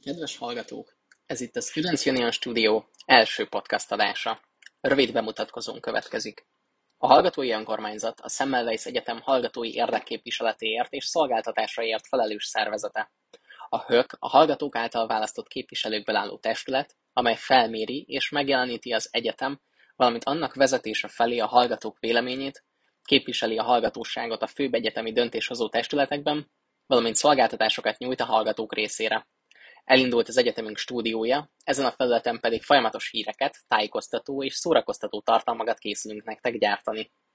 Kedves hallgatók! Ez itt a Students Union Studio első podcast adása. Rövid bemutatkozón következik. A Hallgatói Önkormányzat a Semmelweis Egyetem hallgatói érdekképviseletéért és szolgáltatásaért felelős szervezete. A HÖK a hallgatók által választott képviselőkből álló testület, amely felméri és megjeleníti az egyetem, valamint annak vezetése felé a hallgatók véleményét, képviseli a hallgatóságot a főbb egyetemi döntéshozó testületekben, valamint szolgáltatásokat nyújt a hallgatók részére. Elindult az egyetemünk stúdiója, ezen a felületen pedig folyamatos híreket, tájékoztató és szórakoztató tartalmakat készülünk nektek gyártani.